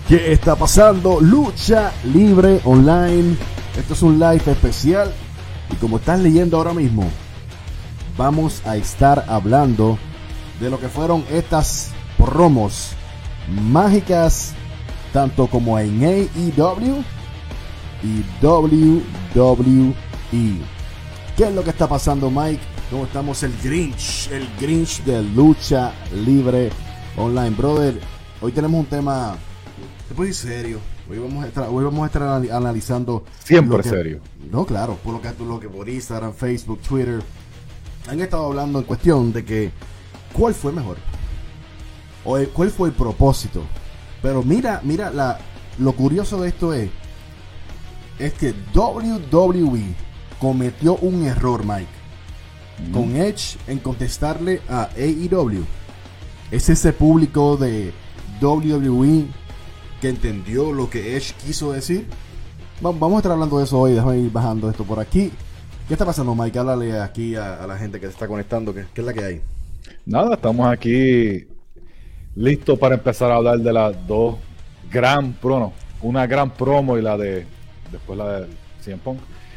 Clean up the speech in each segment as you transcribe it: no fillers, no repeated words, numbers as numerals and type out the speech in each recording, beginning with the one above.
¿Qué está pasando? Lucha Libre Online. Esto es un live especial. Y como estás leyendo ahora mismo, vamos a estar hablando de lo que fueron estas promos mágicas, tanto como en AEW y WWE. ¿Qué es lo que está pasando, Mike? ¿Cómo estamos? El Grinch de Lucha Libre Online, brother. Hoy tenemos un tema muy serio. Hoy vamos a estar analizando. Siempre serio. No, claro, por lo que por Instagram, Facebook, Twitter han estado hablando en cuestión de que cuál fue mejor o cuál fue el propósito. Pero mira lo curioso de esto es que WWE cometió un error, Mike, con Edge en contestarle a AEW. Es ese público de WWE que entendió lo que Edge quiso decir. Vamos a estar hablando de eso hoy. Déjame ir bajando esto por aquí. ¿Qué está pasando, Mike? Háblale aquí a la gente que se está conectando. ¿Qué es la que hay? Nada, estamos aquí listos para empezar a hablar de las dos gran promo. Una gran promo y después la de CM Punk.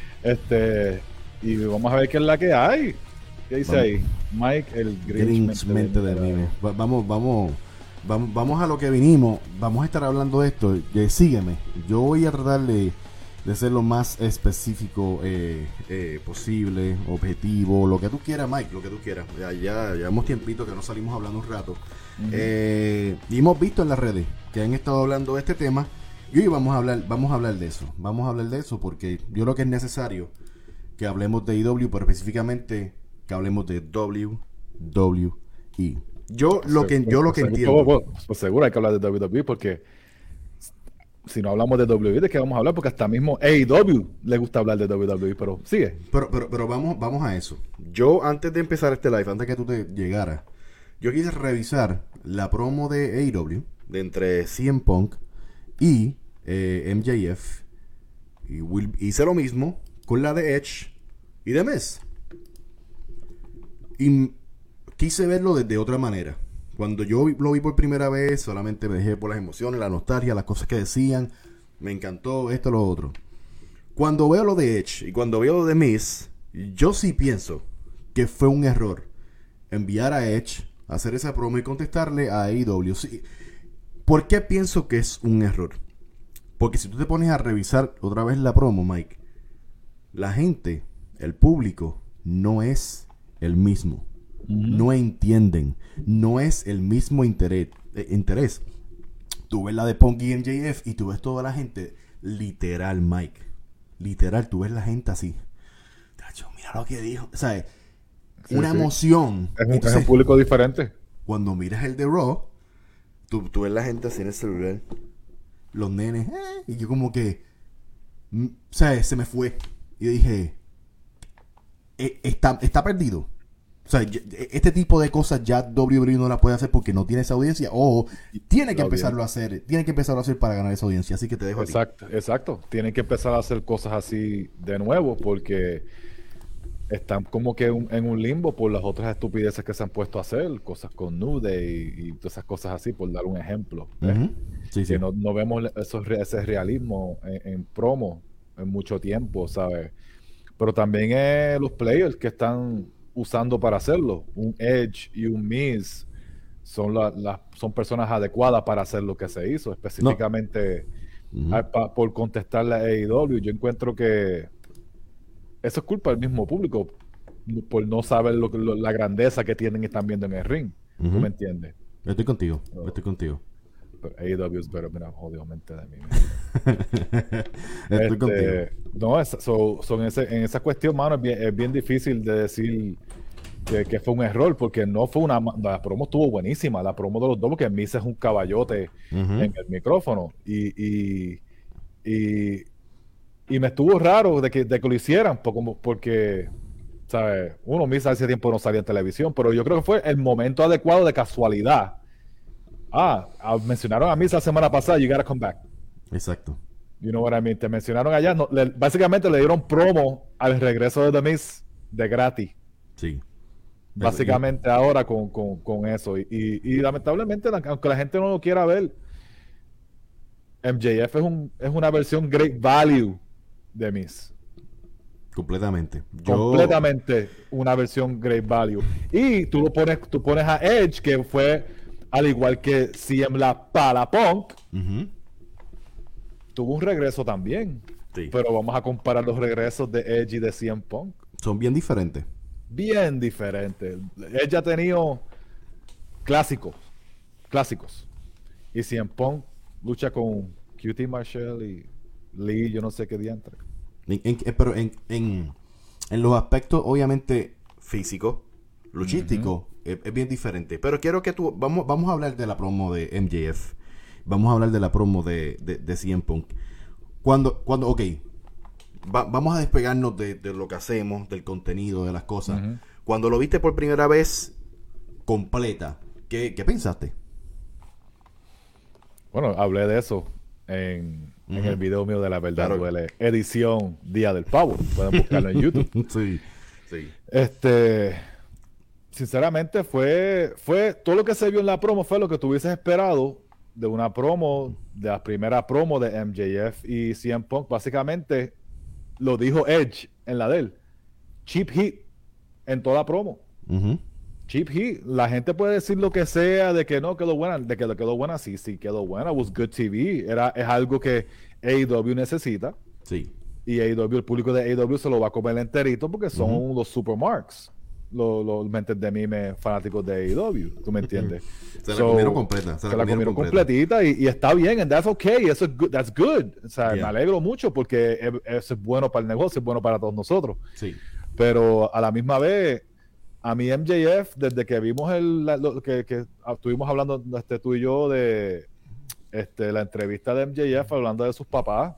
Y vamos a ver qué es la que hay. ¿Qué dice ahí? Mike, el Grinch mente de mime. Vamos a lo que vinimos. Vamos a estar hablando de esto. Sígueme. Yo voy a tratar de ser lo más específico posible, objetivo, lo que tú quieras, Mike, lo que tú quieras. Ya llevamos tiempito que no salimos hablando un rato. Y hemos visto en las redes que han estado hablando de este tema. Y hoy vamos a hablar de eso. Vamos a hablar de eso porque yo creo que es necesario que hablemos de AEW, pero específicamente que hablemos de WWE. Yo lo que entiendo. Pues seguro hay que hablar de WWE porque si no hablamos de WWE, ¿de qué vamos a hablar? Porque hasta mismo AEW le gusta hablar de WWE, pero sigue. Pero vamos a eso. Yo, antes de empezar este live, antes que tú te llegaras, yo quise revisar la promo de AEW, de entre CM Punk y MJF. Y hice lo mismo con la de Edge y de Miz. Y quise verlo desde otra manera. Cuando yo lo vi por primera vez, solamente me dejé por las emociones, la nostalgia, las cosas que decían. Me encantó esto, lo otro. Cuando veo lo de Edge y cuando veo lo de Miz, yo sí pienso que fue un error enviar a Edge a hacer esa promo y contestarle a AEW. Sí. ¿Por qué pienso que es un error? Porque si tú te pones a revisar otra vez la promo, Mike, la gente, el público, no es el mismo. No entienden. No es el mismo interés. Tú ves la de Punk y MJF y tú ves toda la gente literal, Mike. Literal, tú ves la gente así. Tacho, mira lo que dijo. O sea, una emoción. Es un público diferente. Cuando miras el de Raw, tú ves la gente así en el celular. Los nenes. Y yo como que... O sea, se me fue. Y yo dije... Está perdido. O sea, este tipo de cosas ya WWE no la puede hacer porque no tiene esa audiencia o tiene que empezarlo a hacer. Tiene que empezarlo a hacer para ganar esa audiencia. Así que te dejo Exacto. Tienen que empezar a hacer cosas así de nuevo porque están como que en un limbo por las otras estupideces que se han puesto a hacer. Cosas con New Day y todas esas cosas así, por dar un ejemplo. Sí. No vemos ese realismo en promo en mucho tiempo, ¿sabes? Pero también los players que están usando para hacerlo. Un Edge y un Miz son personas adecuadas para hacer lo que se hizo, específicamente por contestarle a AEW. Yo encuentro que eso es culpa del mismo público por no saber la grandeza que tienen y están viendo en el ring. ¿Tú me entiendes? Estoy contigo. Pero AEW es better, mira, obviamente de mí. Estoy contigo. No, en esa cuestión, mano, es bien difícil de decir que fue un error, porque no fue la promo estuvo buenísima, la promo de los dos, porque Miz es un caballote en el micrófono, y me estuvo raro de que lo hicieran, porque, ¿sabes? Miz hace tiempo no salía en televisión, pero yo creo que fue el momento adecuado de casualidad. Mencionaron a Miz la semana pasada, you gotta come back. Exacto. You know what I mean? Te mencionaron allá. Básicamente le dieron promo al regreso de The Miz de gratis. Sí. Básicamente ahora con eso. Y lamentablemente, aunque la gente no lo quiera ver, MJF es una versión Great Value de Miz. Completamente. Completamente una versión Great Value. Y tú pones a Edge, que fue al igual que CM para Punk, tuvo un regreso también. Sí. Pero vamos a comparar los regresos de Edge y de CM Punk. Son bien diferentes. Bien diferentes. Edge ha tenido clásicos. Y CM Punk lucha con QT Marshall y Lee, yo no sé qué diantre. Pero en los aspectos, obviamente, físicos, luchísticos, es bien diferente. Pero quiero que vamos a hablar de la promo de MJF. Vamos a hablar de la promo de CM Punk. Ok, vamos a despegarnos de lo que hacemos, del contenido, de las cosas. Cuando lo viste por primera vez completa, ¿qué pensaste? Bueno, hablé de eso en el video mío de La Verdad Duele, edición Día del Pavo. Pueden buscarlo en YouTube. Sí. Sinceramente fue todo lo que se vio en la promo fue lo que tú hubieses esperado de una promo, de la primera promo de MJF y CM Punk. Básicamente lo dijo Edge en la de él. Cheap heat en toda promo. Cheap heat. La gente puede decir lo que sea de que no quedó buena, de que le quedó buena. Sí, quedó buena. Was good TV. Es algo que AEW necesita. Sí. Y AEW, el público de AEW se lo va a comer enterito porque son los supermarks. Los mentes de mí fanáticos de AEW. ¿Tú me entiendes? Se la comieron completa. Se la comieron completita y está bien. And that's okay. That's good. O sea, me alegro mucho porque eso es bueno para el negocio, es bueno para todos nosotros. Sí. Pero a la misma vez, a mi MJF, desde que vimos que estuvimos hablando tú y yo de la entrevista de MJF hablando de sus papás,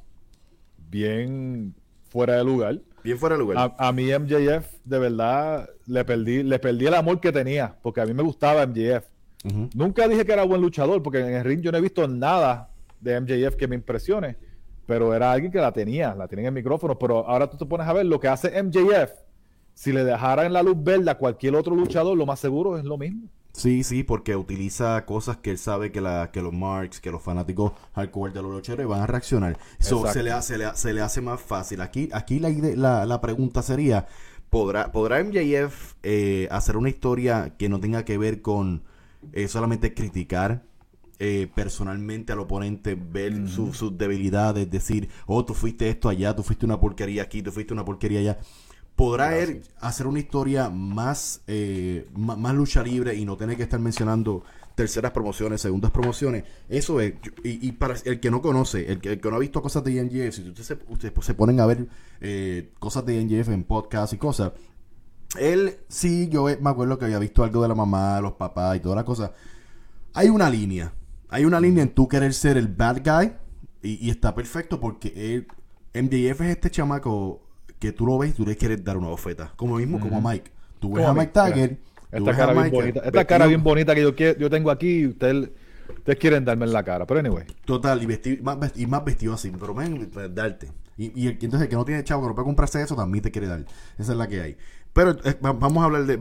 bien fuera de lugar. Bien fuera de lugar. A mi MJF, de verdad, le perdí el amor que tenía, porque a mí me gustaba MJF. Nunca dije que era buen luchador, porque en el ring yo no he visto nada de MJF que me impresione, pero era alguien que la tenía en el micrófono. Pero ahora tú te pones a ver lo que hace MJF. Si le dejaran la luz verde a cualquier otro luchador, lo más seguro es lo mismo. Sí, porque utiliza cosas que él sabe que los marks, que los fanáticos hardcore de los luchadores van a reaccionar. Se le hace más fácil. Aquí la pregunta sería, ¿podrá MJF hacer una historia que no tenga que ver con solamente criticar personalmente al oponente, ver sus debilidades, decir, tú fuiste esto allá, tú fuiste una porquería aquí, tú fuiste una porquería allá? ¿Podrá él hacer una historia más lucha libre y no tener que estar mencionando terceras promociones, segundas promociones? Eso es. Y para el que no conoce, el que no ha visto cosas de NJF, si ustedes se ponen a ver cosas de NJF en podcast y cosas, él sí, yo me acuerdo que había visto algo de la mamá, los papás y toda la cosa. Hay una línea en tú querer ser el bad guy y está perfecto porque MJF es este chamaco que tú lo ves y tú le quieres dar una bofeta. Como a Mike. Tú ves a Mike Tiger. Esta cara bien bonita que yo tengo aquí, ustedes quieren darme en la cara. Pero anyway. Total, y más vestido así. Pero darte. Y entonces el que no tiene chavo, que no puede comprarse eso, también te quiere dar. Esa es la que hay. Pero vamos a hablar de...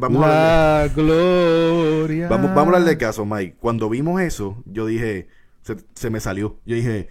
Gloria. Vamos a hablar del caso, Mike. Cuando vimos eso, yo dije... Se me salió. Yo dije...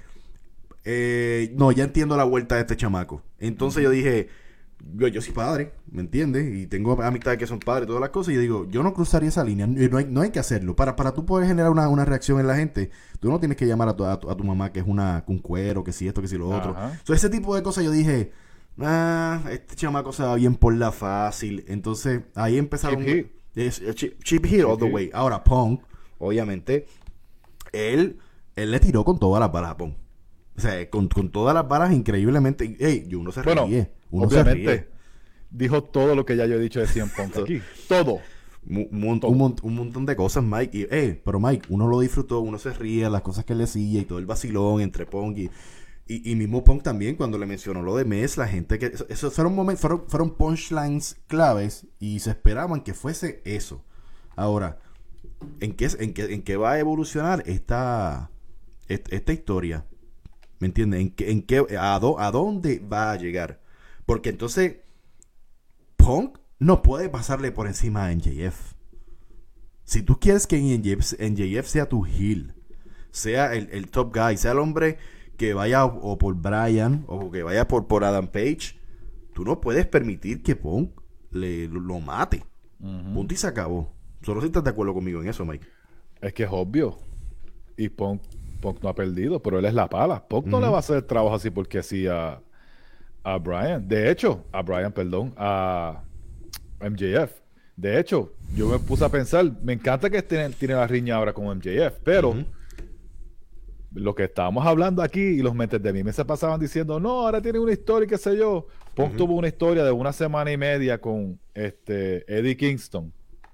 no, ya entiendo la vuelta de este chamaco. Entonces yo dije, yo soy padre, ¿me entiendes? Y tengo amistades que son padres y todas las cosas. Y yo digo, yo no cruzaría esa línea. No hay que hacerlo. Para tú poder generar una reacción en la gente, tú no tienes que llamar a tu mamá que es un cuero, que si esto, que si lo otro. Entonces ese tipo de cosas yo dije, este chamaco se va bien por la fácil. Entonces ahí empezaron... Cheap heat all the way. Ahora Punk, obviamente, él le tiró con todas las balas a Punk. O sea, con todas las varas increíblemente... uno se ríe. Uno se ríe. Dijo todo lo que ya yo he dicho de CM Punk aquí. Todo. Un montón de cosas, Mike. Pero Mike, uno lo disfrutó, uno se ríe, las cosas que él decía y todo el vacilón entre Punk y mismo Punk también, cuando le mencionó lo de Miz, la gente que... Esos fueron punchlines claves y se esperaban que fuese eso. Ahora, ¿en qué va a evolucionar esta historia? ¿Me entiendes? ¿A dónde va a llegar? Porque entonces Punk no puede pasarle por encima a NJF. Si tú quieres que NJF sea tu heel, sea el top guy, sea el hombre que vaya o por Bryan o que vaya por Adam Page, tú no puedes permitir que Punk lo mate. Punto y se acabó. Solo si estás de acuerdo conmigo en eso, Mike. Es que es obvio. Y Punk no ha perdido, pero él es la pala. Punk no le va a hacer el trabajo así porque sí a Bryan. De hecho, a MJF. De hecho, yo me puse a pensar, me encanta que tiene la riña ahora con MJF, pero lo que estábamos hablando aquí y los mentes de mí me se pasaban diciendo, no, ahora tiene una historia, qué sé yo. Punk tuvo una historia de 1 semana y media con Eddie Kingston.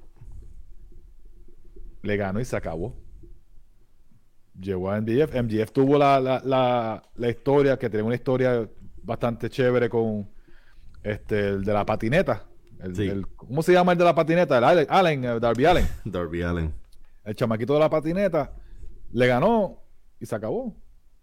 Le ganó y se acabó. Llegó a MJF. MJF tuvo la historia, que tenía una historia bastante chévere con el de la patineta. ¿Cómo se llama el de la patineta? Darby Allin. Darby Allin. El chamaquito de la patineta le ganó y se acabó.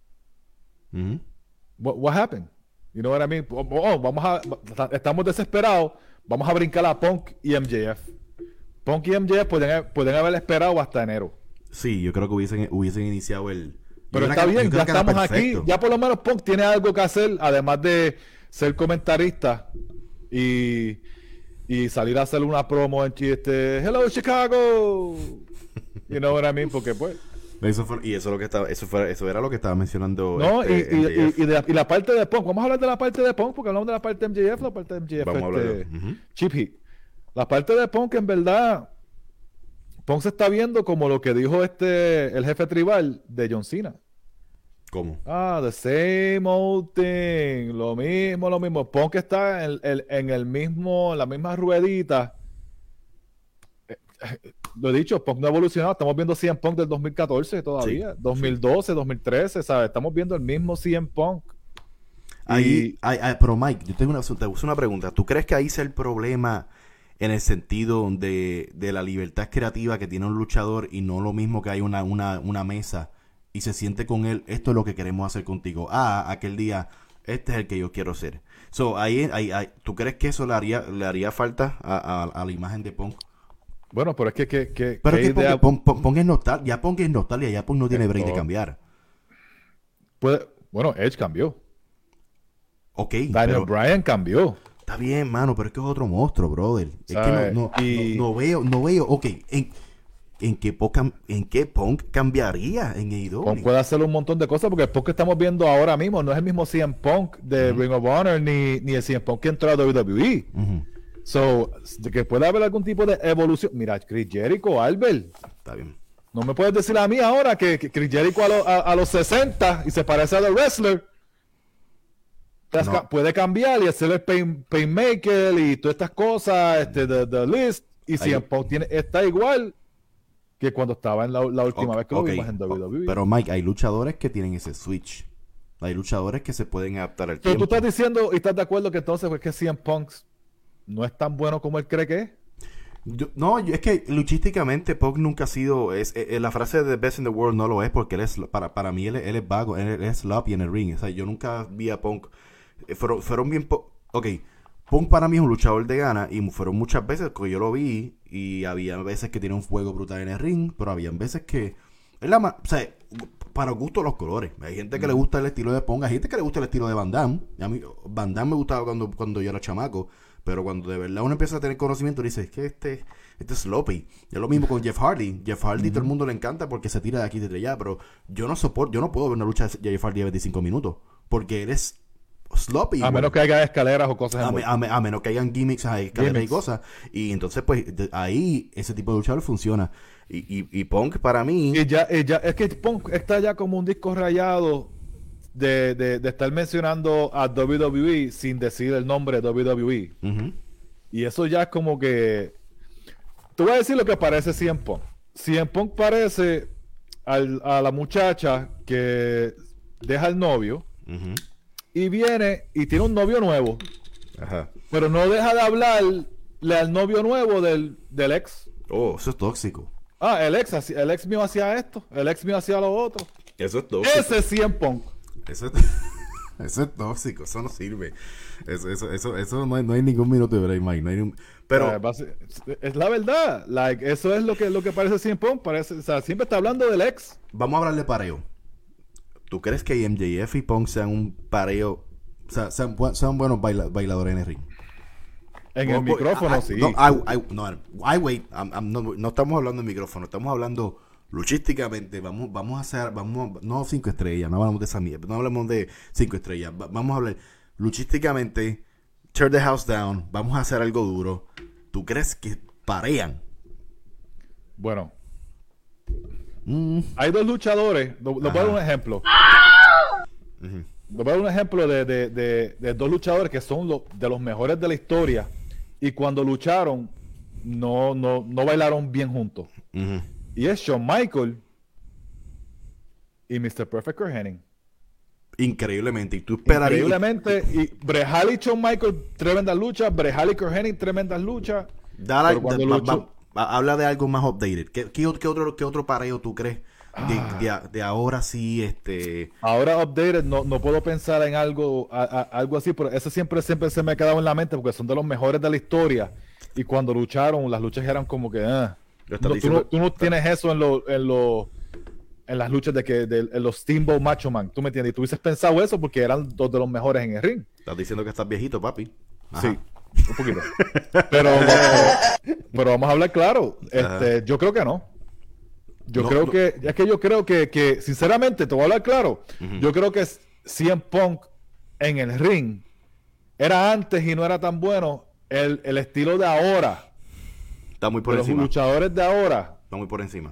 What happened? You know what I mean? Estamos desesperados. Vamos a brincar a Punk y MJF. Punk y MJF pueden haber esperado hasta enero. Sí, yo creo que hubiesen iniciado el... Pero está bien, ya estamos aquí. Ya por lo menos Punk tiene algo que hacer, además de ser comentarista y salir a hacer una promo en Hello Chicago. You know what I mean? Porque pues... Eso era lo que estaba mencionando. No, y la parte de Punk. Vamos a hablar de la parte de Punk porque hablamos de la parte de MJF, la parte de MJF. Vamos a hablar de... Cheap Heat. La parte de Punk, en verdad, Punk se está viendo como lo que dijo el jefe tribal de John Cena. ¿Cómo? The same old thing. Lo mismo. Punk está en la misma ruedita. Lo he dicho, Punk no ha evolucionado. Estamos viendo CM Punk del 2014 todavía. Sí, 2012, 2013, ¿sabes? Estamos viendo el mismo CM Punk. Pero Mike, yo te puse una pregunta. ¿Tú crees que ahí es el problema en el sentido de la libertad creativa que tiene un luchador y no lo mismo que hay una mesa y se siente con él, esto es lo que queremos hacer contigo? Aquel día, este es el que yo quiero ser. ¿Tú crees que eso le haría falta a la imagen de Punk? Bueno, pero es que pero es que Punk es nostalgia. Ya Punk es nostalgia, ya Punk no tiene break de cambiar. Bueno, Edge cambió. Ok. Daniel Bryan cambió. Está bien, mano, pero es que es otro monstruo, brother. Es que no veo. Ok, ¿en qué Punk cambiaría en AEW? Punk puede hacer un montón de cosas porque el Punk que estamos viendo ahora mismo no es el mismo CM Punk de Ring of Honor ni el CM Punk que entró a WWE. So, que puede haber algún tipo de evolución. Mira, Chris Jericho, Albert. Está bien. No me puedes decir a mí ahora que Chris Jericho a los 60 y se parece a The Wrestler. No. Puede cambiar y hacer el Painmaker y todas estas cosas, The List. Y si está igual que cuando estaba en la última vez que lo vimos en WWE. Pero Mike, hay luchadores que tienen ese switch. Hay luchadores que se pueden adaptar al tiempo. Tú estás diciendo y estás de acuerdo que entonces es que CM Punk no es tan bueno como él cree que es. Es que luchísticamente Punk nunca ha sido... la frase de The Best in the World no lo es porque para mí él es vago, él es sloppy en el ring. O sea, yo nunca vi a Punk... Fueron bien... Punk para mí es un luchador de gana y fueron muchas veces que yo lo vi y había veces que tiene un fuego brutal en el ring, pero había veces que... o sea, para gusto los colores. Hay gente que le gusta el estilo de Punk, hay gente que le gusta el estilo de Van Damme. A mí Van Damme me gustaba cuando yo era chamaco. Pero cuando de verdad uno empieza a tener conocimiento, dice, es que este es sloppy. Es lo mismo con Jeff Hardy. Jeff Hardy todo el mundo le encanta porque se tira de aquí y de allá, pero yo no puedo ver una lucha de Jeff Hardy de 25 minutos, porque él es sloppy. A menos que haya escaleras o cosas. A menos que hayan gimmicks, escaleras y cosas. Y entonces, pues, ahí ese tipo de luchador funciona. Y Punk para mí... es que Punk está ya como un disco rayado de estar mencionando a WWE sin decir el nombre de WWE. Y eso ya es como que... Te voy a decir lo que parece CM Punk. CM Punk parece a la muchacha que deja al novio y viene y tiene un novio nuevo. Pero no deja de hablarle al novio nuevo del ex. Oh, eso es tóxico. El ex mío hacía esto, el ex mío hacía lo otro. Eso es tóxico. Ese es CM Punk. Eso es tóxico, eso no sirve. Eso no hay ningún minuto de break, Mike. Pero es la verdad. Eso es lo que parece CM Punk. Siempre está hablando del ex. Vamos a hablar de pareo. ¿Tú crees que MJF y Punk sean un pareo, o sea, sean buenos bailadores en el ring? En el micrófono, sí. No, wait. No estamos hablando de micrófono, estamos hablando luchísticamente. Vamos a hacer, no 5 estrellas, no hablamos de esa mierda, no hablamos de 5 estrellas. Vamos a hablar luchísticamente, tear the house down, vamos a hacer algo duro. ¿Tú crees que parean? Bueno, hay dos luchadores. Lo voy a dar un ejemplo. Uh-huh. Voy a dar un ejemplo de dos luchadores que son de los mejores de la historia. Y cuando lucharon, no bailaron bien juntos. Uh-huh. Y es Shawn Michaels y Mr. Perfect Kurt Hennig. Increíblemente. Y tú esperarías. Increíblemente. Y Bret Hart y Shawn Michaels, tremendas luchas. Bret Hart y Kurt Hennig, tremendas luchas. Habla de algo más updated. ¿Qué otro pareo tú crees? De ahora sí, Ahora updated, no puedo pensar en algo así, pero eso siempre se me ha quedado en la mente porque son de los mejores de la historia. Y cuando lucharon, las luchas eran como que tú no tienes eso en las luchas en los Steamboat Macho Man, ¿tú me entiendes? Y tú hubieses pensado eso porque eran dos de los mejores en el ring. Estás diciendo que estás viejito, papi. Ajá. Sí, un poquito. pero vamos a hablar claro. Yo creo que no. Yo creo que sinceramente, te voy a hablar claro. Uh-huh. Yo creo que CM Punk en el ring era antes y no era tan bueno. El estilo de ahora. Está muy por encima. Los luchadores de ahora. Está muy por encima.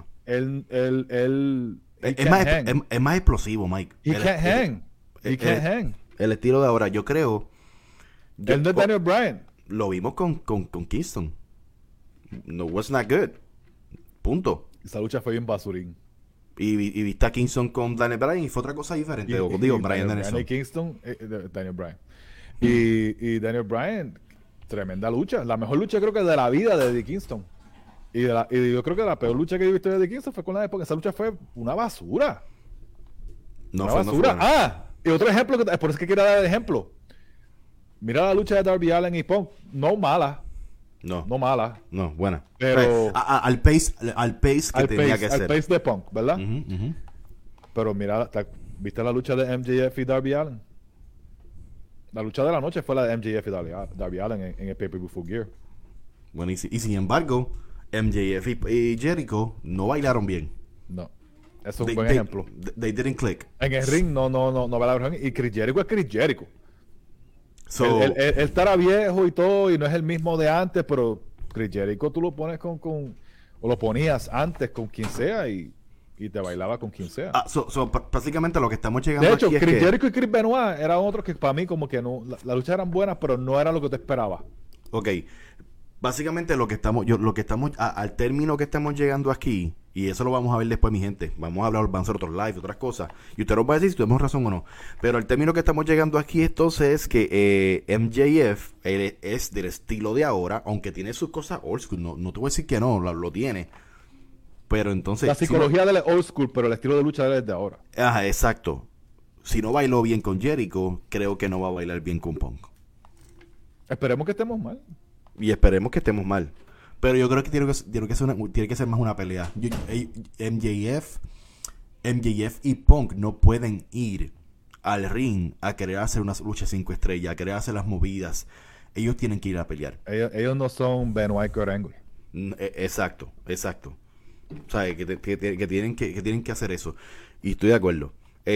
Es más explosivo, Mike. He can't hang. El estilo de ahora, yo creo. El de Daniel Bryan. Lo vimos con Kingston. No was not good. Punto. Esa lucha fue bien basurín. Y viste a Kingston con Daniel Bryan y fue otra cosa diferente. Bryan Danielson. Kingston, Daniel Bryan. Y Daniel Bryan, tremenda lucha. La mejor lucha creo que de la vida de Eddie Kingston. Y yo creo que la peor lucha que he visto de Eddie Kingston fue con la época. Esa lucha fue una basura. No fue. Y otro ejemplo, por eso que quiero dar el ejemplo. Mira la lucha de Darby Allin y Punk. No mala. No mala. No, buena. Pero al pace que tenía que ser. Al pace de Punk, ¿verdad? Uh-huh, uh-huh. Pero mira, ¿viste la lucha de MJF y Darby Allin? La lucha de la noche fue la de MJF y Darby Allin en el pay-per-view Full Gear. Bueno, y sin embargo, MJF y Jericho no bailaron bien. No. Eso es un buen ejemplo. They didn't click. En el ring no bailaron bien. Y Chris Jericho es Chris Jericho. Él estará viejo y todo y no es el mismo de antes, pero Chris Jericho tú lo pones o lo ponías antes con quien sea y te bailaba con quien sea. Básicamente lo que estamos llegando de hecho, aquí Chris es que... Jericho y Chris Benoit eran otros que para mí como que no, las luchas eran buenas, pero no era lo que te esperaba. Ok, básicamente al término que estamos llegando aquí, y eso lo vamos a ver después, mi gente, vamos a hacer otros live, otras cosas, y usted nos va a decir si tenemos razón o no, pero al término que estamos llegando aquí entonces es que MJF es del estilo de ahora, aunque tiene sus cosas old school, no te voy a decir que no, lo tiene, pero entonces... La psicología de él es old school, pero el estilo de lucha de él es de ahora. Ajá, exacto. Si no bailó bien con Jericho, creo que no va a bailar bien con Punk. Esperemos que estemos mal. Y esperemos que estemos mal. Pero yo creo que tiene que ser más una pelea. MJF y Punk no pueden ir al ring a querer hacer una lucha 5 estrellas, a querer hacer las movidas. Ellos tienen que ir a pelear. Ellos no son Benoit y Kurt Angle. Exacto. O sea, que tienen que hacer eso. Y estoy de acuerdo.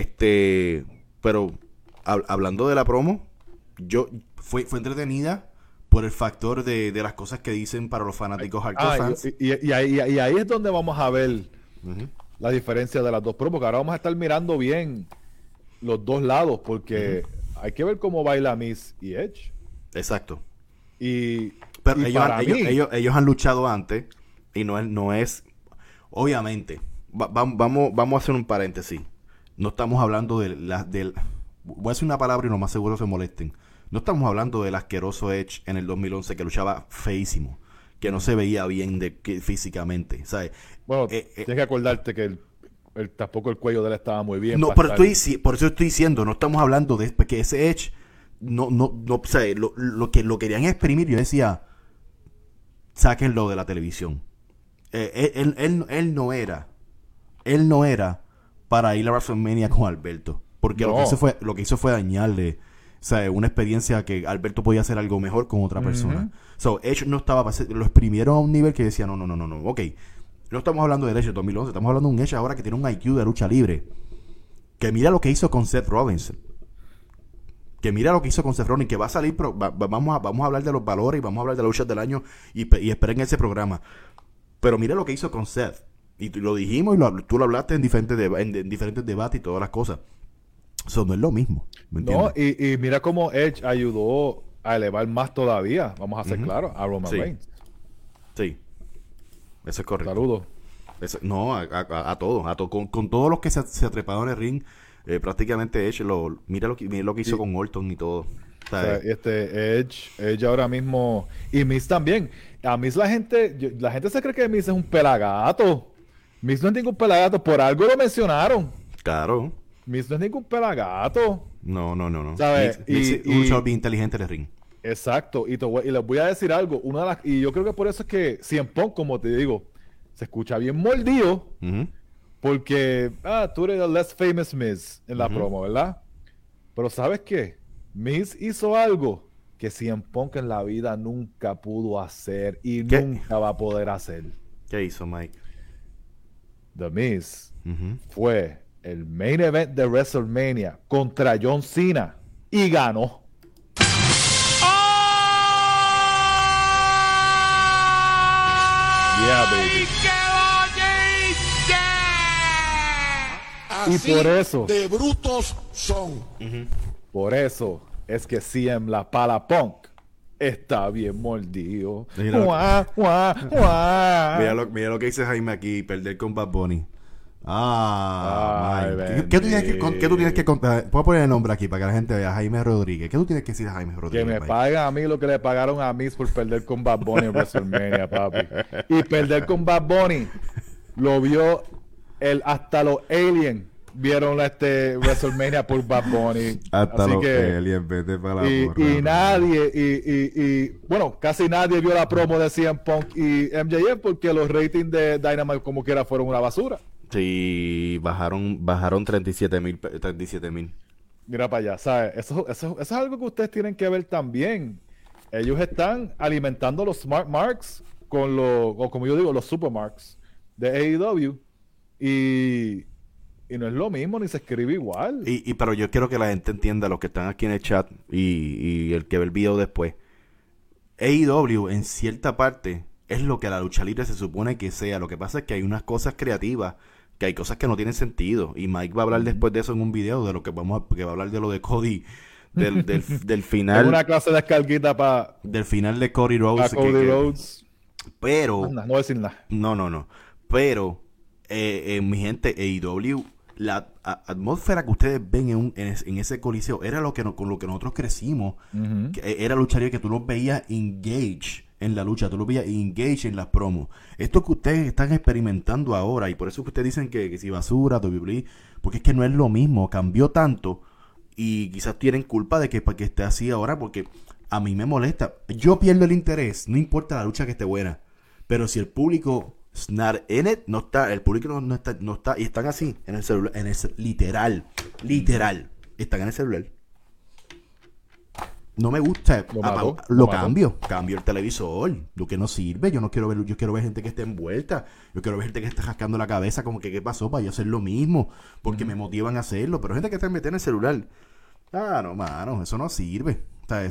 Pero hablando de la promo, fue entretenida. Por el factor de las cosas que dicen para los fanáticos hardcore fans. Y ahí es donde vamos a ver la diferencia de las dos promos, porque ahora vamos a estar mirando bien los dos lados, porque hay que ver cómo baila Miz y Edge. Exacto. Pero ellos han luchado antes y no es obviamente, vamos a hacer un paréntesis. No estamos hablando voy a decir una palabra y lo más seguro se molesten. No estamos hablando del asqueroso Edge en el 2011 que luchaba feísimo, que no se veía bien físicamente, ¿sabes? Bueno, tienes que acordarte que tampoco el cuello de él estaba muy bien. No, pero por eso estoy diciendo, no estamos hablando de que ese Edge o sea, lo que lo querían exprimir. Yo decía, sáquenlo de la televisión. Él no era para ir a WrestleMania con Alberto. Porque No. lo que hizo fue dañarle, o sea, una experiencia que Alberto podía hacer algo mejor con otra persona. So, Edge no estaba, lo exprimieron a un nivel que decía, no, ok. No estamos hablando de Edge de 2011, estamos hablando de un Edge ahora que tiene un IQ de lucha libre. Que mira lo que hizo con Seth Rollins. Que va a salir, vamos a hablar de los valores y vamos a hablar de las luchas del año y esperen ese programa. Pero mira lo que hizo con Seth. Y lo dijimos y tú lo hablaste en diferentes debates y todas las cosas. Eso no es lo mismo, ¿me entiendes? No, y mira cómo Edge ayudó a elevar más todavía, vamos a ser claros, a Roman Reigns. Sí, eso es correcto. Saludos. No, a todos, con todos los que se treparon en el ring, prácticamente Edge, mira lo que hizo con Orton y todo. O sea, Edge ahora mismo, y Miz también. A Miz la gente se cree que Miz es un pelagato. Miz no es ningún pelagato, por algo lo mencionaron. Claro. Miz no es ningún pelagato. No. ¿Sabes? Miz un show bien inteligente en el ring. Exacto. Y les voy a decir algo. Y yo creo que por eso es que CM Punk, como te digo, se escucha bien mordido. Porque tú eres el less famous Miz en la promo, ¿verdad? Pero ¿sabes qué? Miz hizo algo que CM Punk en la vida nunca pudo hacer y nunca va a poder hacer. ¿Qué hizo, Mike? The Miz fue el main event de WrestleMania contra John Cena y ganó. Yeah, baby. Así Y por eso, de brutos son. por eso es que CM La Pala Punk está bien mordido. Mira, Guau, guau, guau. Mira lo que dice Jaime aquí, perder con Bad Bunny. Ay, Mike. ¿Qué tú tienes que contar? Puedo poner el nombre aquí para que la gente vea. Jaime Rodríguez. ¿Qué tú tienes que decir a Jaime Que Rodríguez? me Mike? pagan a mí lo que le pagaron a Miz por perder con Bad Bunny en WrestleMania, papi. Y perder con Bad Bunny lo vio hasta los aliens vieron WrestleMania por Bad Bunny. Hasta Así los que, aliens, vete para la y porra. nadie, bueno, casi nadie vio la promo de CM Punk y MJF porque los ratings de Dynamite como quiera fueron una basura. Sí, bajaron 37,000. Mira para allá, ¿sabes? Eso es algo que ustedes tienen que ver también. Ellos están alimentando los Smart Marks con o como yo digo, los Super Marks de AEW y no es lo mismo, ni se escribe igual. Pero yo quiero que la gente entienda, los que están aquí en el chat y el que ve el video después. AEW en cierta parte es lo que la lucha libre se supone que sea. Lo que pasa es que hay unas cosas creativas, que hay cosas que no tienen sentido. Y Mike va a hablar después de eso en un video, de lo que que va a hablar de lo de Cody, del final. Es una clase de descarguita para Del final de Cody Rhodes. Cody Rhodes. Pero... No decir nada. No. Pero, mi gente, AEW, la atmósfera que ustedes ven en ese coliseo era con lo que nosotros crecimos. Que era lucha libre, que tú los veías engage en la lucha, tú los veías engage en las promos. Esto que ustedes están experimentando ahora, y por eso que ustedes dicen que si basura, WWE, porque es que no es lo mismo, cambió tanto, y quizás tienen culpa de que esté así ahora, porque a mí me molesta. Yo pierdo el interés, no importa la lucha que esté buena, pero si el público not in it, no está, el público no está, y están así en el celular, literal, están en el celular. No me gusta, lo cambio el televisor, lo que no sirve. Yo quiero ver gente que esté envuelta, yo quiero ver gente que esté rascando la cabeza como que qué pasó para yo hacer lo mismo, porque me motivan a hacerlo, pero gente que está metida en el celular, no, mano, eso no sirve.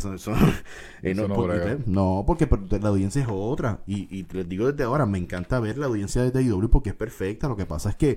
No, porque la audiencia es otra. Y les digo desde ahora, me encanta ver la audiencia de AEW porque es perfecta. Lo que pasa es que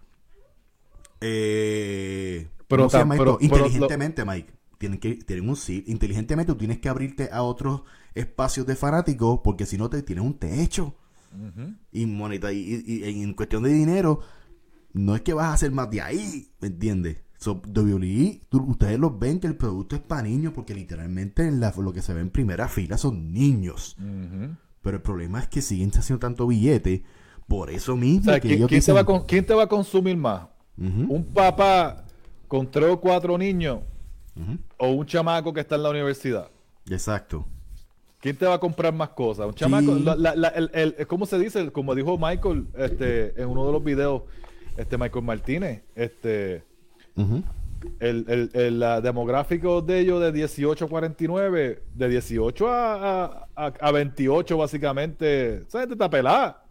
inteligentemente, Mike, inteligentemente tú tienes que abrirte a otros espacios de fanáticos, porque si no tienes un techo. Y en cuestión de dinero, no es que vas a hacer más de ahí, ¿me entiendes? WWE, ustedes los ven que el producto es para niños, porque literalmente lo que se ve en primera fila son niños. Pero el problema es que siguen haciendo tanto billete por eso mismo. O sea, ¿quién te va a consumir más? ¿Un papá con 3 o 4 niños o un chamaco que está en la universidad? Exacto. ¿Quién te va a comprar más cosas? Un chamaco, ¿cómo se dice? Como dijo Michael en uno de los videos, Michael Martínez, Ujú. el demográfico de ellos de 18 a 49, de 18 a 28 básicamente, esa gente está pelada.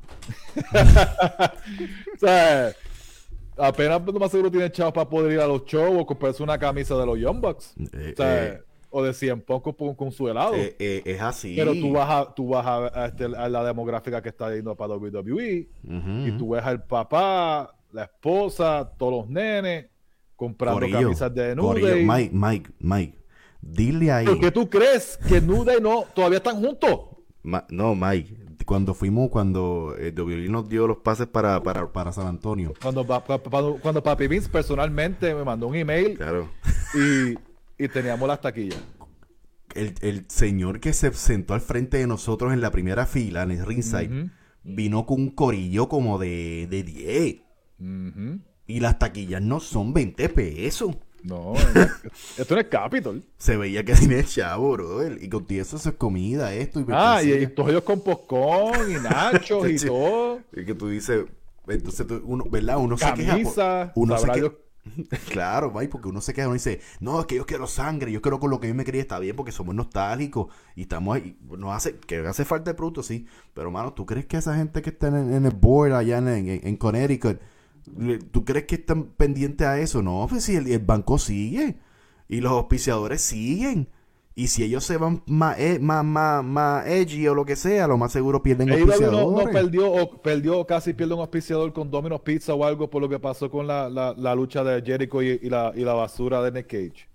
O sea, apenas lo más seguro tienen chavos para poder ir a los shows o comprarse una camisa de los Young Bucks. O sea, o de 100 pocos con su helado. Es así. Pero tú vas a la demográfica que está yendo para WWE y tú ves al papá, la esposa, todos los nenes comprando camisas de New Day. Mike, dile ahí. ¿Por qué tú crees que New Day todavía están juntos? No, Mike, cuando WWE nos dio los pases para San Antonio. Cuando Papi Vince personalmente me mandó un email, Claro. y teníamos las taquillas. El señor que se sentó al frente de nosotros en la primera fila, en el ringside, vino con un corillo como de 10. Y las taquillas no son 20 pesos. No, esto no es Capitol. Se veía que tenía chavo, brother. Y con eso es comida, esto. Y todos ellos con popcorn y nachos y todo. Y que tú dices, entonces uno, ¿verdad? Uno camisa, se queja. Claro, Mike, porque uno se queja, uno dice, no, es que yo quiero sangre, yo quiero con lo que yo me crié, está bien, porque somos nostálgicos y estamos ahí, que hace falta de producto, sí, pero mano, ¿tú crees que esa gente que está en el board allá en Connecticut, tú crees que están pendientes a eso? No, pues si el banco sigue y los auspiciadores siguen. Y si ellos se van más edgy o lo que sea, lo más seguro pierden auspiciadores. No perdió, casi pierde un auspiciador con Domino's Pizza o algo por lo que pasó con la lucha de Jericho y la basura de Nick Cage.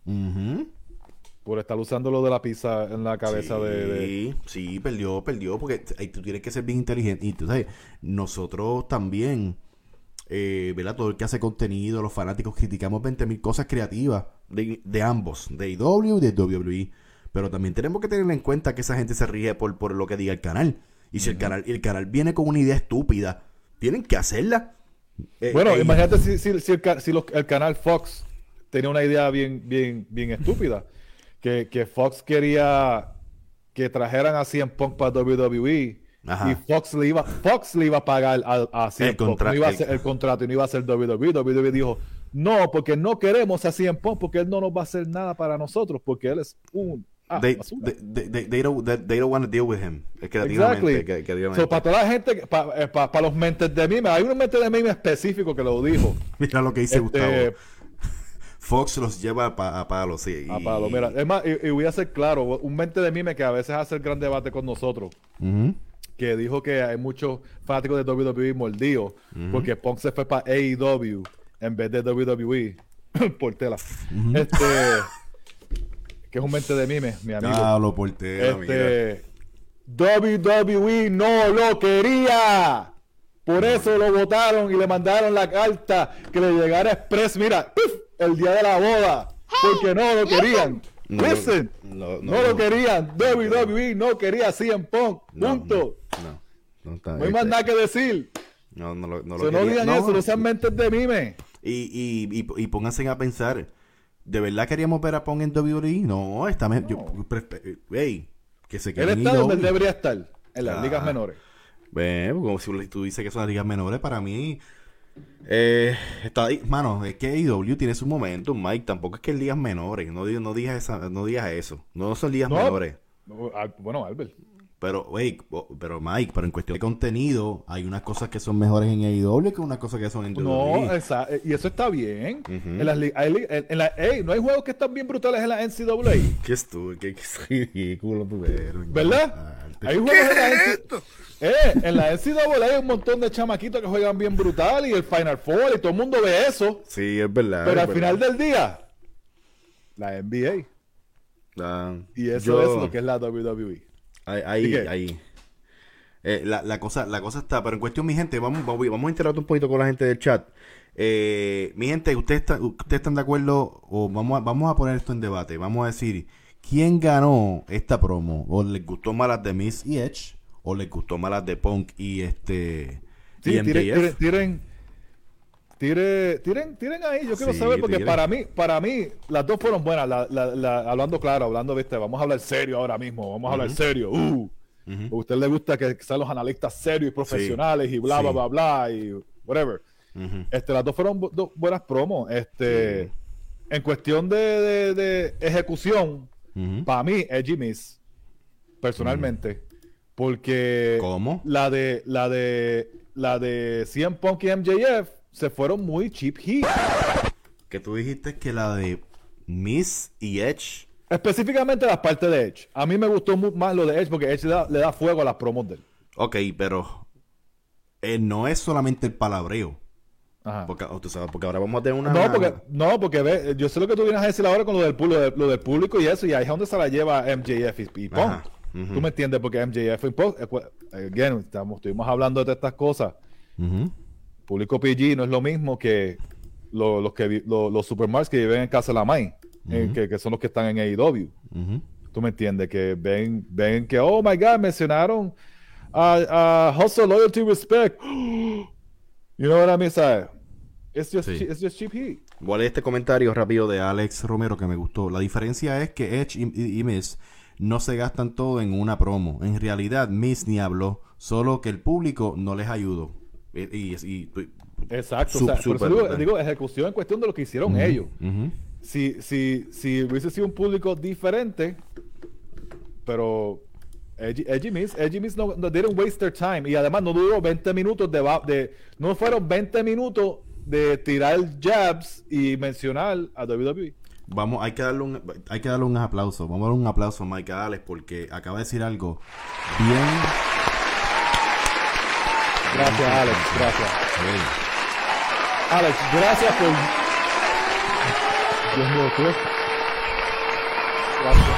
Por estar usando lo de la pizza en la cabeza Sí, perdió, porque ahí tú tienes que ser bien inteligente. Y tú sabes, nosotros también, ¿verdad? Todo el que hace contenido, los fanáticos, criticamos 20,000 cosas creativas de ambos, de AEW y de WWE. Pero también tenemos que tener en cuenta que esa gente se rige por lo que diga el canal. Y si el canal viene con una idea estúpida, tienen que hacerla. Imagínate si el canal Fox tenía una idea bien estúpida. Que Fox quería que trajeran a CM Punk para WWE. Ajá. Y Fox le iba a pagar a CM Punk. No iba a hacer el contrato y no iba a ser WWE. WWE dijo, no, porque no queremos a CM Punk, porque él no nos va a hacer nada para nosotros, porque él es un... They don't want to deal with him. Exactly. So, para toda la gente, para los mentes de meme, hay un mente de meme específico que lo dijo. Mira lo que dice Gustavo. Fox los lleva a palos, sí. A palos, mira. Es más, y voy a ser claro, un mente de meme que a veces hace el gran debate con nosotros, que dijo que hay muchos fanáticos de WWE mordidos, porque Punk se fue para AEW en vez de WWE. Por tela. Que es un mente de mime, mi amigo. Lo portero, WWE no lo quería. Por eso lo votaron y le mandaron la carta que le llegara express. Mira, el día de la boda. Porque no lo querían. No lo querían. WWE no quería CM Punk. Punto. No hay más nada que decir. No digan eso, no sean mentes de mime. Y pónganse a pensar. ¿De verdad queríamos ver a Punk en WWE? No, está que se quede. Él está donde debería estar, en las ligas menores. Como si tú dices que son las ligas menores, para mí está ahí, mano, es que AEW tiene su momento, Mike, tampoco es que en ligas menores, no digas eso, no son ligas menores. Bueno, Albert. Pero Mike, pero en cuestión de contenido, hay unas cosas que son mejores en AEW que unas cosas que son en WWE. No, y eso está bien. No hay juegos que están bien brutales en la NCAA. Qué ridículo tú eres. ¿Verdad? Hay juegos en la NCAA hay un montón de chamaquitos que juegan bien brutal y el Final Four y todo el mundo ve eso. Sí, es verdad. Pero al final del día, la NBA. Y eso es lo que es la WWE. Ahí. La cosa está, pero en cuestión, mi gente, vamos a interactuar un poquito con la gente del chat. Mi gente, ¿ustedes están de acuerdo? O vamos a poner esto en debate. Vamos a decir, ¿quién ganó esta promo? ¿O les gustó más las de Miz y Edge? ¿O les gustó más las de Punk y y MJF? Tiren ahí, yo quiero saber, porque para mí las dos fueron buenas. Hablando claro, viste, vamos a hablar serio ahora mismo, vamos a hablar serio. A usted le gusta que sean los analistas serios y profesionales y bla, bla, bla, bla, y whatever. Ujú. Las dos fueron buenas promos. En cuestión de ejecución, Ujú. para mí, Edgy Miss, personalmente, porque ¿Cómo? la de CM Punk y MJF se fueron muy cheap heat. Que tú dijiste que la de Miss y Edge. Específicamente las partes de Edge. A mí me gustó más lo de Edge porque Edge le da fuego a las promos de él. Ok, pero no es solamente el palabreo. Ajá. Porque ahora vamos a tener una... Porque ve, yo sé lo que tú vienes a decir ahora con lo del público y eso, y ahí es donde se la lleva MJF y Punk. Ajá. Ujú. Tú me entiendes, porque MJF y Punk, again, estuvimos hablando de todas estas cosas. Ujú. Público PG no es lo mismo que los supermarkets que viven en Casa de la May, que son los que están en AEW. Ujú. Tú me entiendes, que ven que, oh my God, mencionaron a Hustle, Loyalty, Respect. You know what I mean, ¿sabes? It's just cheap heat. Voy a leer este comentario rápido de Alex Romero que me gustó. La diferencia es que Edge y Miz no se gastan todo en una promo. En realidad, Miz ni habló, solo que el público no les ayudó. Exacto, Por eso digo, ejecución en cuestión de lo que hicieron ellos. Ujú. Si hubiese sido un público diferente, pero Edgy Miz no didn't waste their time, y además no duró 20 minutos no fueron 20 minutos de tirar jabs y mencionar a WWE. Hay que darle un aplauso. Vamos a darle un aplauso a Mike Alex porque acaba de decir algo bien. Gracias, Alex, gracias. Hey. Alex, gracias por... Dios mío, ¿tú? Gracias.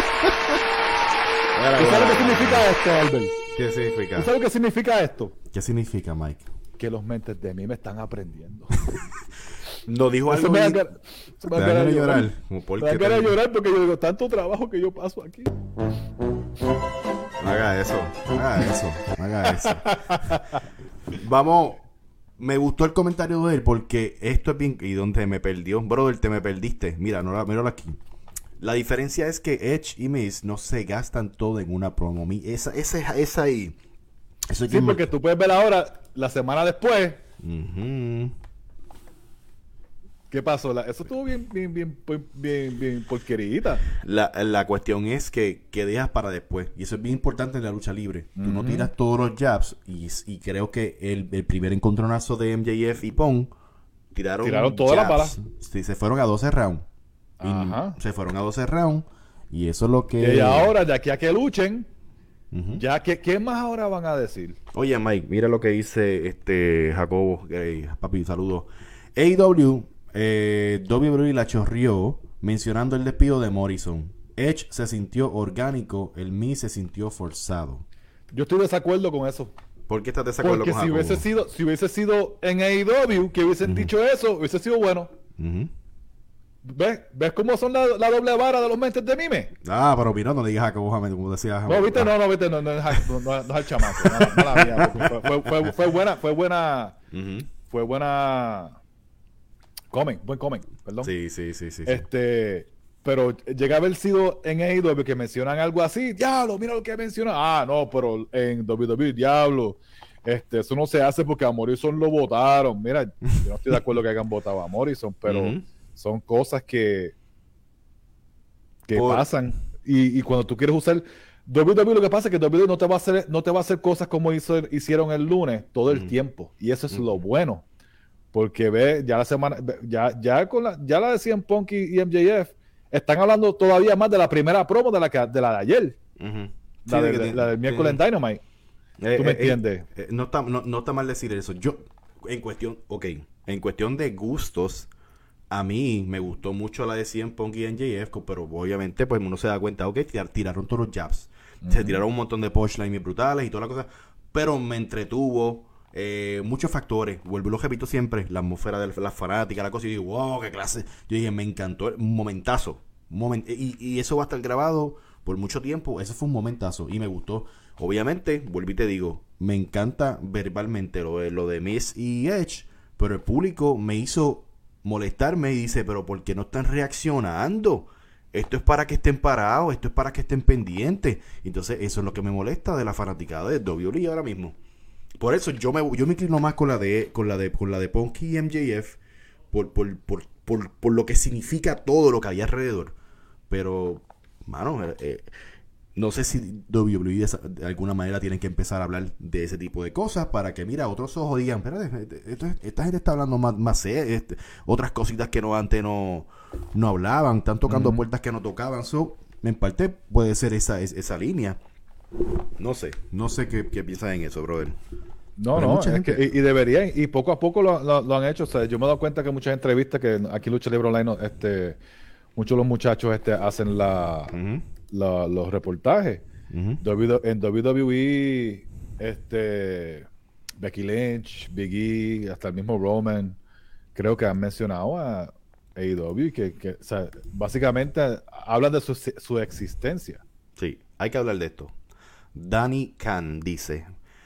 ¿Tú sabes qué significa esto, Albert? ¿Qué significa? ¿Tú sabes qué significa esto? ¿Qué significa, Mike? Que los mentes de mí me están aprendiendo. No dijo Eso algo. me da Te ganas da ganas de llorar. Como, ¿por Me da qué ganas de te- llorar porque yo digo, tanto trabajo que yo paso aquí. No haga eso. Vamos. Me gustó el comentario de él porque esto es bien... ¿Y dónde me perdió? Brother, te me perdiste. Míralo aquí. La diferencia es que Edge y Miz no se gastan todo en una promo. Esa ahí. Eso Sí, porque tú puedes ver ahora, la semana después, Ujú. ¿qué pasó? Eso estuvo bien porquerita. La cuestión es que dejas para después. Y eso es bien importante en la lucha libre. Tú no tiras todos los jabs. Y creo que el primer encontronazo de MJF y Pong tiraron todas las jabs. balas. Sí, se fueron a 12 rounds. Y Ajá. se fueron a 12 rounds. Y eso es lo que... Y ahora, de aquí a que luchen, Ujú. ya que, ¿qué más ahora van a decir? Oye, Mike, mira lo que dice Jacobo. Papi, saludos. AEW, WWE la chorrió mencionando el despido de Morrison. Edge se sintió orgánico, el Miz se sintió forzado. Yo estoy de desacuerdo con eso. ¿Por qué estás de desacuerdo Porque con si Jacobo? hubiese sido en AEW que hubiesen dicho eso, hubiese sido bueno. Ujú. ¿Ves cómo son la doble vara de los mentes de mime? Ah, pero mira, no le digas Jacobo, como decía Jacobo. No, viste, no es el chamaco. No la mía, porque fue buena. Ujú. Fue buena. Buen comment, perdón. Sí. Pero llega a haber sido en AEW que mencionan algo así. Diablo, mira lo que mencionan. Ah, no, pero en WWE, diablo. Eso no se hace porque a Morrison lo votaron. Mira, yo no estoy de acuerdo que hayan votado a Morrison, pero Ujú. son cosas que Por- pasan. Y cuando tú quieres usar WWE, lo que pasa es que WWE no te va a hacer cosas como hicieron el lunes todo el tiempo. Y eso es lo bueno. Porque ve, ya la semana, ya la de CM Punk y MJF están hablando todavía más de la primera promo de la de ayer. Ujú. La, Sí, la del miércoles en Dynamite. ¿Tú me entiendes? No está mal decir eso. Yo, en cuestión de gustos, a mí me gustó mucho la de CM Punk y MJF, pero obviamente pues uno se da cuenta, tiraron todos los jabs. Se tiraron un montón de punchlines brutales y toda la cosa, pero me entretuvo muchos factores. Vuelvo y lo repito siempre, la atmósfera de las fanáticas, la cosa, y digo, wow, qué clase. Yo dije, me encantó, un momentazo. Y eso va a estar grabado por mucho tiempo. Eso fue un momentazo y me gustó. Obviamente, vuelvo y te digo, me encanta verbalmente lo de Miz y Edge, pero el público me hizo molestarme y dice, pero ¿por qué no están reaccionando? Esto es para que estén parados, esto es para que estén pendientes. Entonces eso es lo que me molesta de la fanaticada de WWE ahora mismo. Por eso yo me inclino más con la de Punk y MJF por lo que significa todo lo que había alrededor. Pero, mano, no sé si WWE de alguna manera tienen que empezar a hablar de ese tipo de cosas para que, mira, otros ojos digan, espérate, esta gente está hablando más otras cositas que antes no hablaban, están tocando puertas que no tocaban. En parte puede ser esa línea. No sé qué piensas en eso, brother. No, es que, y deberían, y poco a poco lo han hecho. O sea, yo me he dado cuenta que muchas entrevistas que aquí Lucha Libre Online, muchos de los muchachos hacen los reportajes. En WWE, Becky Lynch, Big E, hasta el mismo Roman, creo que han mencionado a AEW, que o sea, básicamente hablan de su existencia. Sí, hay que hablar de esto. Danny Khan dice,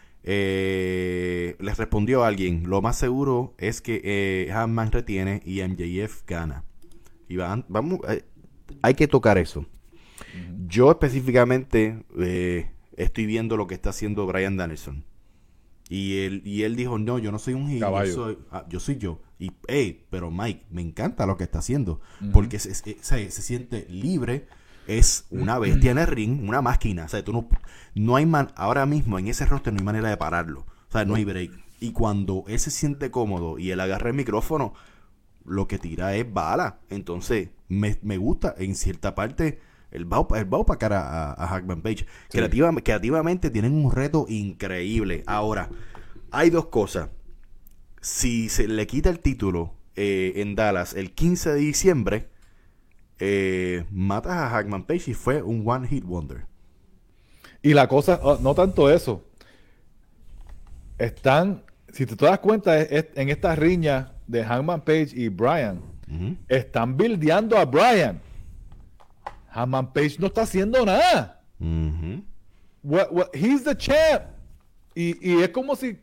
les respondió a alguien, lo más seguro es que Hangman retiene y MJF gana. Y vamos, hay que tocar eso. Yo específicamente estoy viendo lo que está haciendo Bryan Danielson. Y él dijo, no, yo no soy un heel, yo soy yo. Y, pero Mike, me encanta lo que está haciendo. Porque se siente libre. Es una bestia en el ring, una máquina. O sea, no hay ahora mismo en ese roster no hay manera de pararlo. O sea, no hay break. Y cuando él se siente cómodo y él agarra el micrófono, lo que tira es bala. Entonces, me gusta. En cierta parte, él va a opacar a Hangman Page. Sí. Creativamente tienen un reto increíble. Ahora, hay dos cosas. Si se le quita el título en Dallas el 15 de diciembre, matas a Hangman Page y fue un one hit wonder. Y la cosa, no tanto eso, si te das cuenta en esta riña de Hangman Page y Bryan, están buildeando a Bryan. Hangman Page no está haciendo nada. He's the champ. Y es como si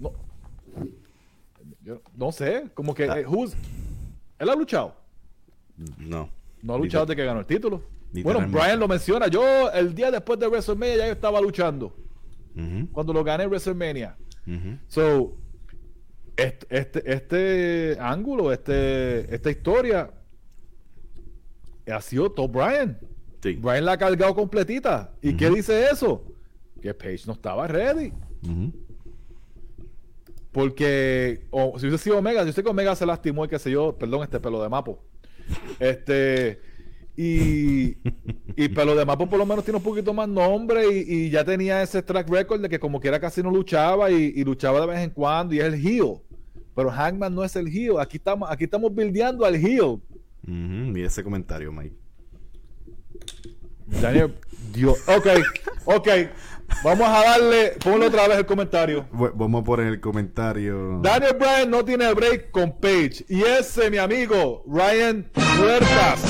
yo no sé, como que él ha luchado. No ha luchado desde que ganó el título. Bueno, Bryan lo menciona. Yo, el día después de WrestleMania, ya yo estaba luchando. Cuando lo gané en WrestleMania. So, este ángulo, esta historia, ha sido todo Bryan. Sí. Bryan la ha cargado completita. ¿Y qué dice eso? Que Page no estaba ready. Porque, si hubiese sido Omega, yo sé que Omega se lastimó y qué sé yo, perdón, pelo de mapo. Y Pelo de Mapo por lo menos tiene un poquito más nombre y ya tenía ese track record de que como quiera casi no luchaba y luchaba de vez en cuando y es el heel. Pero Hangman no es el heel. Aquí estamos buildeando al heel. Mira ese comentario, Mike. Daniel, Dios. Ok. Vamos a darle, ponle otra vez el comentario. Vamos a poner el comentario. Daniel Bryan no tiene break con Page. Y ese, mi amigo, Ryan Huertas.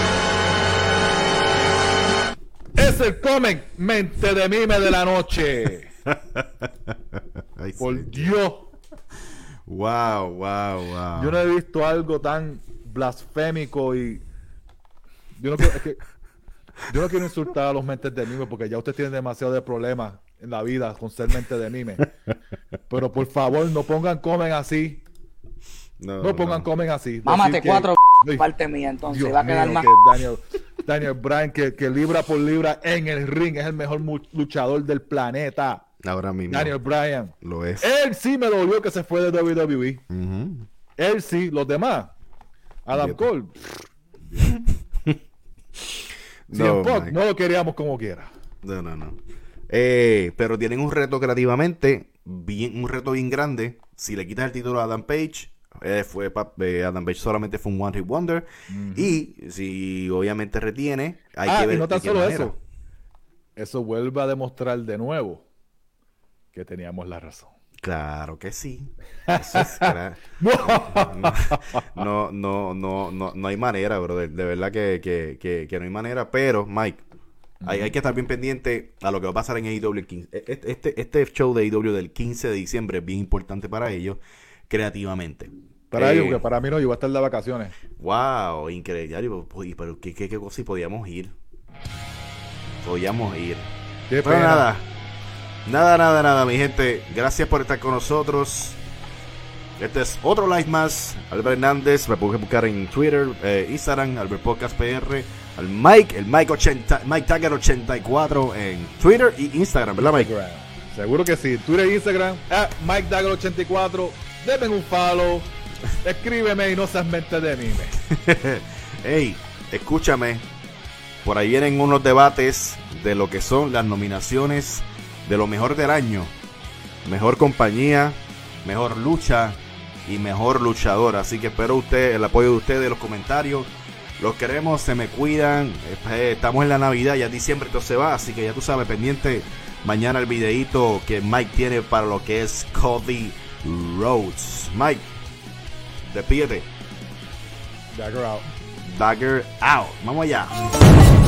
Es el comment mente de mime de la noche. Ay, Por sí. Dios. Wow. Yo no he visto algo tan blasfémico y yo no quiero insultar a los mentes de mime porque ya ustedes tienen demasiado de problemas en la vida con ser mente de mime. Pero por favor, no pongan comen así. No pongan comen así. Mámate 4 parte mía, entonces Dios va a quedar mío, más. Daniel Bryan, que libra por libra en el ring es el mejor luchador del planeta. Ahora mismo. Daniel Bryan. Lo es. Él sí me dolió que se fue de WWE. Él sí, los demás. Adam Cole. No lo queríamos como quiera. No. Pero tienen un reto creativamente, un reto bien grande. Si le quitas el título a Adam Page, Adam Page solamente fue un one hit wonder. Y si obviamente retiene, hay que ver. Y no tan solo manera. eso. Eso vuelve a demostrar de nuevo que teníamos la razón. Claro que sí. Eso es no hay manera, brother. De verdad que no hay manera. Pero, Mike, hay que estar bien pendiente a lo que va a pasar en AEW el 15. Este show de AEW del 15 de diciembre es bien importante para ellos, creativamente. Para ellos, porque para mí no, yo voy a estar de vacaciones. Wow, increíble. Pero qué cosa si podíamos ir. Pero Qué pena. nada. Nada, mi gente. Gracias por estar con nosotros. Este es otro live más. Albert Hernández, me pueden buscar en Twitter, Instagram, Albert Podcast PR. Al Mike, el Mike Tagger 84 en Twitter y Instagram, ¿verdad, Mike? Seguro que sí. Twitter e Instagram, Mike Tagger 84. Denme un follow. Escríbeme y no seas mente de mí. Hey, escúchame. Por ahí vienen unos debates de lo que son las nominaciones de lo mejor del año. Mejor compañía, mejor lucha y mejor luchador. Así que espero el apoyo de ustedes, los comentarios. Los queremos, se me cuidan. Estamos en la Navidad, ya diciembre esto se va. Así que ya tú sabes, pendiente mañana el videito que Mike tiene para lo que es Cody Rhodes. Mike, despídete. Dagger out. Dagger out. Vamos allá.